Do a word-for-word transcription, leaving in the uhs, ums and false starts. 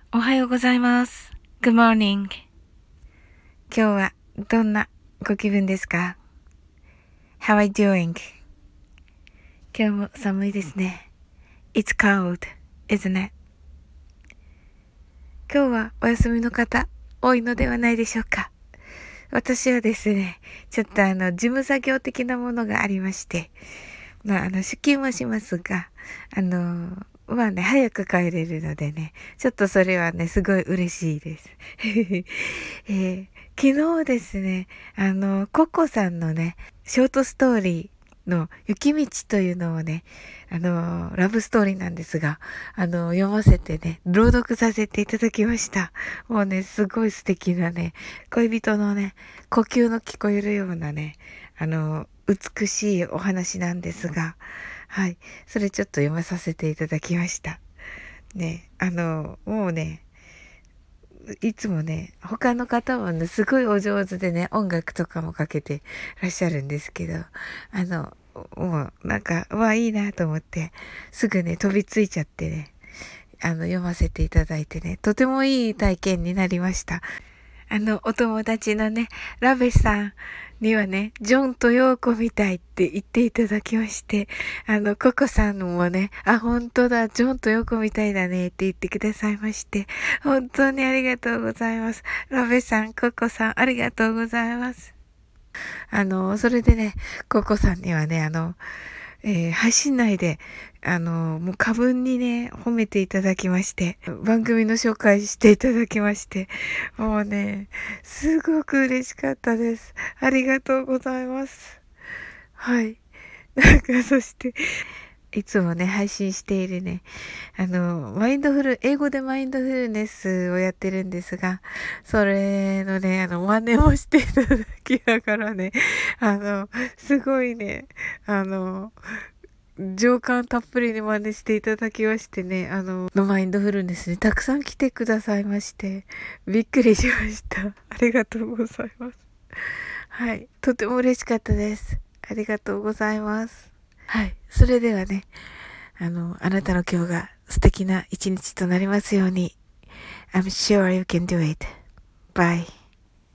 おはようございます。Good morning. 今日はどんなご気分ですか？ How are you doing? 今日も寒いですね。It's cold, isn't it? 今日はお休みの方多いのではないでしょうか？私はですね、ちょっとあの、事務作業的なものがありまして、まあ、あの、出勤はしますが、あの、まあね、早く帰れるのでね、ちょっとそれはね、すごい嬉しいです。えー昨日ですね、あの、ココさんのね、ショートストーリーの雪道というのをね、あの、ラブストーリーなんですが、あの、読ませてね、朗読させていただきました。もうね、すごい素敵なね、恋人のね、呼吸の聞こえるようなね、あの、美しいお話なんですが、はい。それちょっと読まさせていただきました。ね、あの、もうね、いつもね、他の方もね、すごいお上手でね、音楽とかもかけてらっしゃるんですけど、あの、もうなんか、わあ、いいなと思って、すぐね、飛びついちゃってね、あの、読ませていただいてね、とてもいい体験になりました。あの、お友達のね、ラベさんにはね、ジョンとヨーコみたいって言っていただきまして、あの、ココさんもね、あ、本当だ、ジョンとヨーコみたいだねって言ってくださいまして、本当にありがとうございます。ラベさん、ココさん、ありがとうございます。あの、それでね、ココさんにはね、あの、えー配信内で、あの、もう過分にね、褒めていただきまして、番組の紹介していただきまして、もうね、すごく嬉しかったです。ありがとうございます。はい。なんか、そして、いつもね、配信しているね、あの、マインドフル、英語でマインドフルネスをやってるんですが、それのね、あの、真似をしていただきながらね、あの、すごいね、あの、情感たっぷりに真似していただきましてね、あの、のマインドフルネスにたくさん来てくださいまして、びっくりしました。ありがとうございます。はい。とても嬉しかったです。ありがとうございます。はい。それではね、あの、あなたの今日が素敵な一日となりますように。I'm sure you can do it. Bye.